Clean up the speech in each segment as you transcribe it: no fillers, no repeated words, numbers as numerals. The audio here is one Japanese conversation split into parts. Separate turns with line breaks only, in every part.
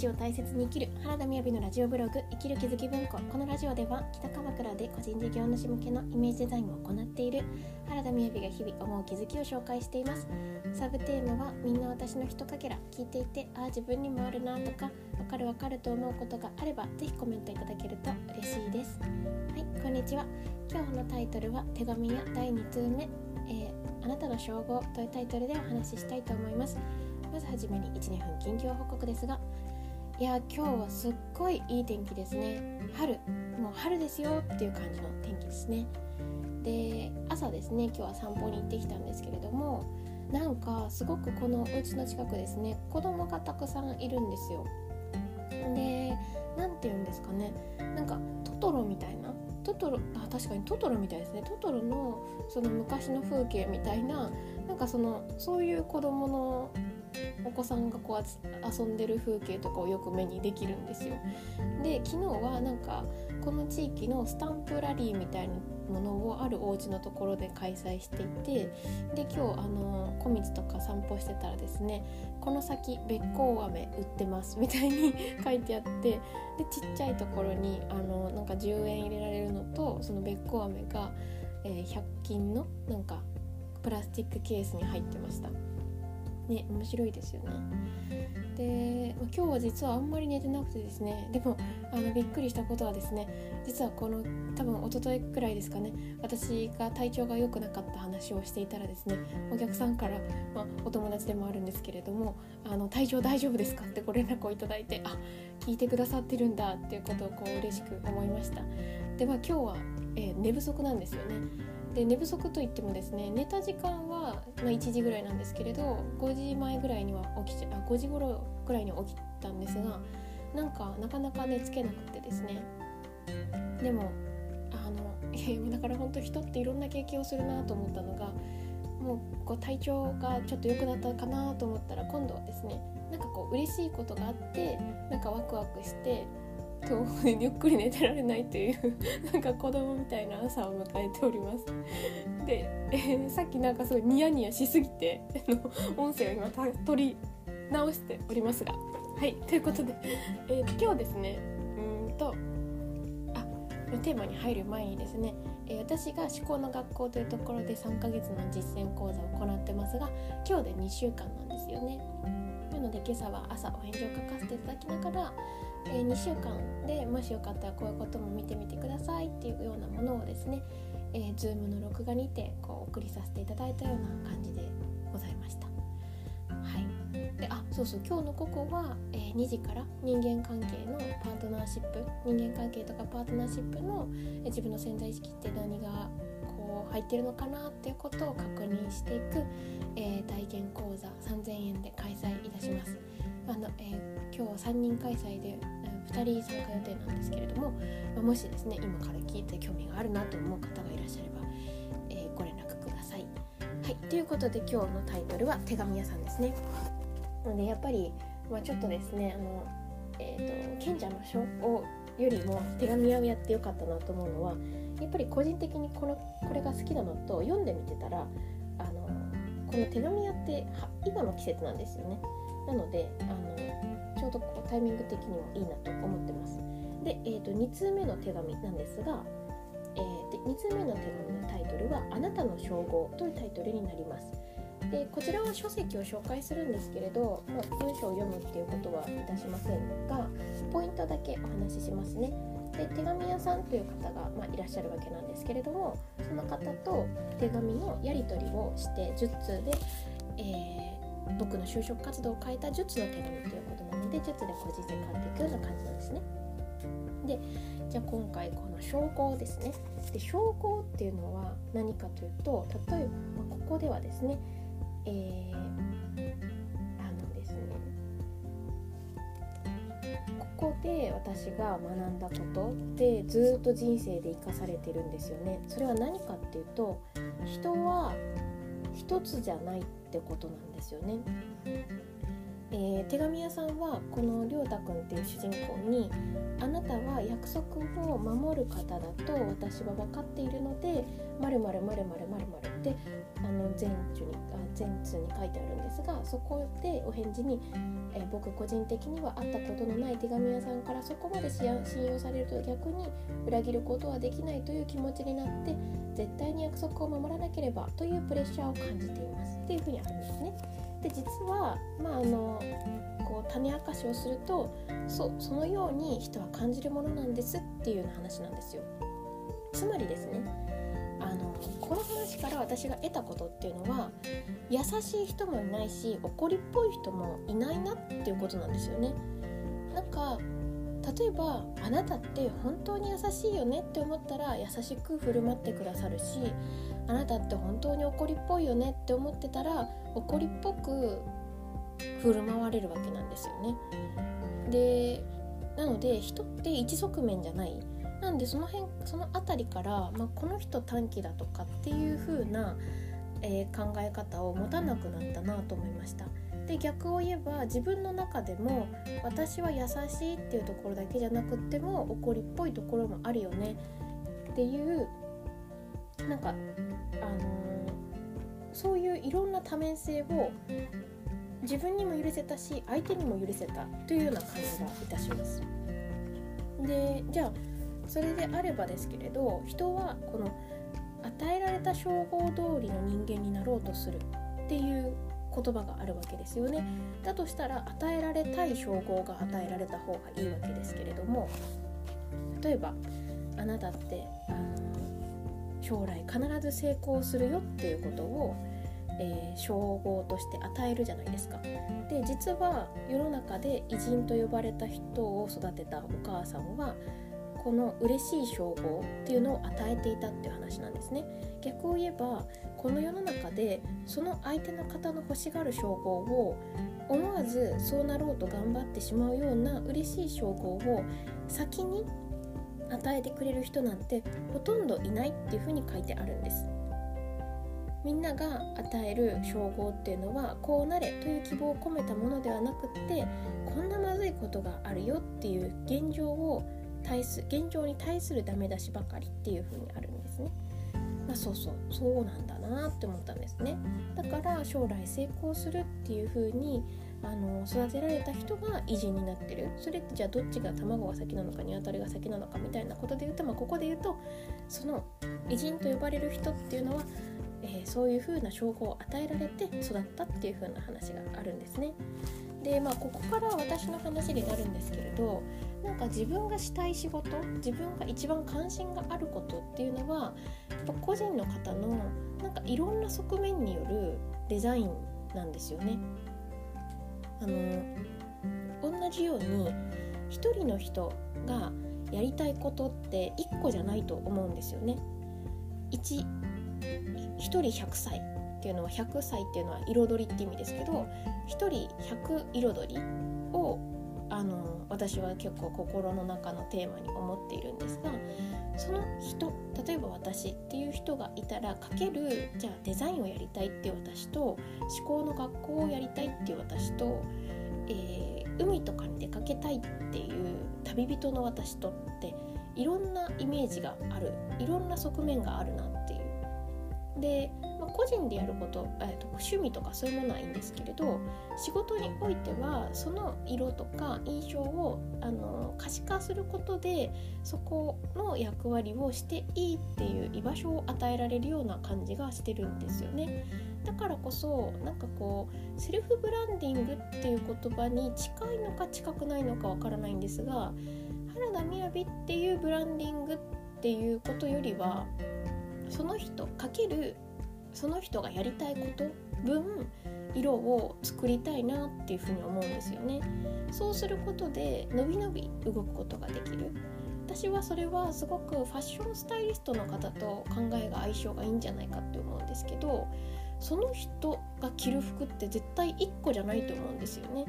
を大切に生きる原田みやびのラジオブログ生きる気づき文庫。このラジオでは北鎌倉で個人事業主向けのイメージデザインを行っている原田みやびが日々思う気づきを紹介しています。サブテーマはみんな私のひとかけら。聞いていて自分にもあるなとかわかると思うことがあればぜひコメントいただけると嬉しいです。はい、こんにちは。今日のタイトルは手紙や第2通目、あなたの称号というタイトルでお話ししたいと思います。まずはじめに 1,2 分近況報告ですが、今日はすっごいいい天気ですね。もう春ですよっていう感じの天気ですね。で、朝ですね、今日は散歩に行ってきたんですけれども、なんかすごくこのお家の近くですね、子供がたくさんいるんですよ。で、なんていうんですかね、なんかトトロみたいな、確かにトトロみたいですね。トトロのその昔の風景みたいな、なんかそういう子供のお子さんがこう遊んでる風景とかをよく目にできるんですよ。で、昨日はなんかこの地域のスタンプラリーみたいなものをあるお家のところで開催していて、で今日小道とか散歩してたらですね、この先べっこう飴売ってますみたいに書いてあって、でちっちゃいところになんか10円入れられるのと、そのべっこう飴が、100均のなんかプラスチックケースに入ってましたね。面白いですよね。で、今日は実はあんまり寝てなくてですね、でもびっくりしたことはですね、実はこの多分一昨日くらいですかね、私が体調が良くなかった話をしていたらですね、お客さんから、お友達でもあるんですけれども、体調大丈夫ですかってご連絡をいただいて、聞いてくださってるんだっていうことを嬉しく思いました。で、今日は、寝不足なんですよね。で、寝不足といってもですね、寝た時間は、1時ぐらいなんですけれど、5時前ぐらいには5時頃ぐらいに起きたんですが、なかなか寝つけなくてですね。でもだから本当人っていろんな経験をするなと思ったのが、もう体調がちょっと良くなったかなと思ったら、今度はですね、嬉しいことがあって、ワクワクしてゆっくり寝てられないという子供みたいな朝を迎えております。で、さっきすごいニヤニヤしすぎて音声を今取り直しておりますが、はい、ということで、今日ですね、テーマに入る前にですね、私が思考の学校というところで3ヶ月の実践講座を行ってますが、今日で2週間なんですよね。なので今朝は朝お返事を書かせていただきながら、2週間でもしよかったらこういうことも見てみてくださいっていうようなものをですね、Zoom の録画にてお送りさせていただいたような感じでございました。はい。で、そう今日の午後は、2時から人間関係のパートナーシップ、人間関係とかパートナーシップの、自分の潜在意識って何が入ってるのかなっていうことを確認していく、体験講座3000円で開催いたします。今日は3人開催で2人参加予定なんですけれども、もしですね、今から聞いて興味があるなと思う方がいらっしゃれば、ご連絡ください。はい、ということで今日のタイトルは手紙屋さんですね。なのでやっぱり、ちょっとですね、賢者の書よりも手紙屋をやってよかったなと思うのは、やっぱり個人的にこれが好きなのと、読んでみてたらこの手紙屋って今の季節なんですよね。なのでちょうどタイミング的にもいいなと思ってます。で、2通目の手紙なんですが、2通目の手紙のタイトルはあなたの称号というタイトルになります。で、こちらは書籍を紹介するんですけれど、文章を読むっていうことはいたしませんが、ポイントだけお話ししますね。で、手紙屋さんという方が、いらっしゃるわけなんですけれども、その方と手紙のやり取りをして10通で、僕の就職活動を変えた10通の手紙ということなので、10通で個人性変わっていくような感じなんですね。で、じゃあ今回この称号ですね。で、称号っていうのは何かというと、例えばここではですね、ここで私が学んだことでずっと人生で生かされてるんですよね。それは何かっていうと、人は一つじゃないってことなんですよね。手紙屋さんはこのりょうたくんっていう主人公に、あなたは約束を守る方だと私は分かっているので、〇〇〇〇〇〇って前通に書いてあるんですが、そこでお返事に、僕個人的には会ったことのない手紙屋さんからそこまで信用されると逆に裏切ることはできないという気持ちになって絶対に約束を守らなければというプレッシャーを感じていますっていうふうにあるんですね。で実は、こう種明かしをするとそのように人は感じるものなんですっていうような話なんですよ。つまりですね、この話から私が得たことっていうのは優しい人もいないし怒りっぽい人もいないなっていうことなんですよね。なんか例えばあなたって本当に優しいよねって思ったら優しく振る舞ってくださるし、あなたって本当に怒りっぽいよねって思ってたら怒りっぽく振る舞われるわけなんですよね。でなので人って一側面じゃない。なんでそのあたりから、この人短気だとかっていう風な、考え方を持たなくなったなと思いました。で逆を言えば自分の中でも私は優しいっていうところだけじゃなくっても怒りっぽいところもあるよねっていうそういういろんな多面性を自分にも許せたし相手にも許せたというような感じがいたします。でじゃあそれであればですけれど、人はこの与えられた称号通りの人間になろうとするっていう言葉があるわけですよね。だとしたら与えられたい称号が与えられた方がいいわけですけれども、例えばあなたって将来必ず成功するよっていうことを、称号として与えるじゃないですか。で実は世の中で偉人と呼ばれた人を育てたお母さんはこの嬉しい称号っていうのを与えていたっていう話なんですね。逆を言えばこの世の中でその相手の方の欲しがる称号を思わずそうなろうと頑張ってしまうような嬉しい称号を先に与えてくれる人なんてほとんどいないっていうふうに書いてあるんです。みんなが与える称号っていうのはこうなれという希望を込めたものではなくってこんなまずいことがあるよっていう現状に対するダメ出しばかりっていう風にあるんですね。そうなんだなって思ったんですね。だから将来成功するっていう風に育てられた人が偉人になってる。それってじゃあどっちが卵が先なのか鶏が先なのかみたいなことで言うと、ここで言うとその偉人と呼ばれる人っていうのは、そういう風な称号を与えられて育ったっていう風な話があるんですね。でここから私の話になるんですけれど、自分がしたい仕事、自分が一番関心があることっていうのはやっぱ個人の方のいろんな側面によるデザインなんですよね。同じように一人の人がやりたいことって一個じゃないと思うんですよね。一人100歳っていうのは100歳っていうのは彩りって意味ですけど、一人100彩りを私は結構心の中のテーマに思っているんですが、その人、例えば私っていう人がいたらかけるじゃあデザインをやりたいっていう私と思考の学校をやりたいっていう私と、海とかに出かけたいっていう旅人の私とっていろんなイメージがある、いろんな側面があるなっていう。で、個人でやること、趣味とかそういうものはいいんですけれど、仕事においてはその色とか印象を可視化することでそこの役割をしていいっていう居場所を与えられるような感じがしてるんですよね。だからこそセルフブランディングっていう言葉に近いのか近くないのかわからないんですが、原田みやびっていうブランディングっていうことよりはその人かけるその人がやりたいこと分色を作りたいなっていうふうに思うんですよね。そうすることでのびのび動くことができる。私はそれはすごくファッションスタイリストの方と考えが相性がいいんじゃないかって思うんですけど、その人が着る服って絶対1個じゃないと思うんですよね。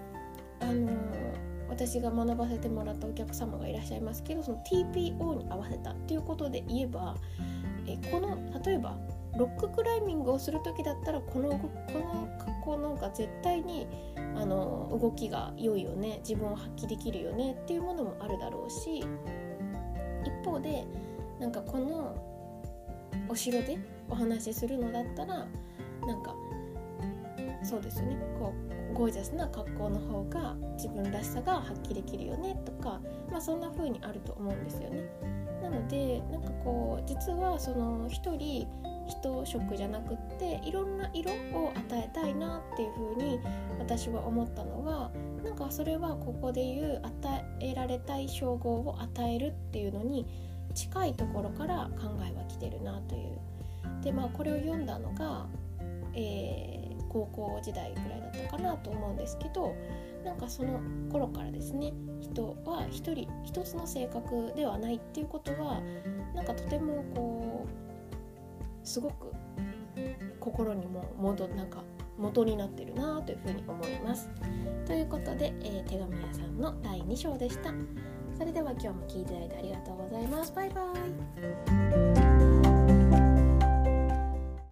私が学ばせてもらったお客様がいらっしゃいますけど、その TPO に合わせたっていうことで言えば、例えばロッククライミングをするときだったらこの格好のが絶対に動きが良いよね、自分を発揮できるよねっていうものもあるだろうし、一方でこのお城でお話しするのだったらなんかそうですよね、こうゴージャスな格好の方が自分らしさが発揮できるよねとか、そんな風にあると思うんですよね。なのでなんかこう実はその一色じゃなくっていろんな色を与えたいなっていう風に私は思ったのは、なんかそれはここでいう与えられたい称号を与えるっていうのに近いところから考えは来てるなという。でこれを読んだのが、高校時代ぐらいだったかなと思うんですけど、なんかその頃からですね、人は一つの性格ではないっていうことはなんかとてもこうすごく心にもなんか元になってるなというふうに思います。ということで、手紙屋さんの第2章でした。それでは今日も聞いていただいてありがとうございます。バイバイ。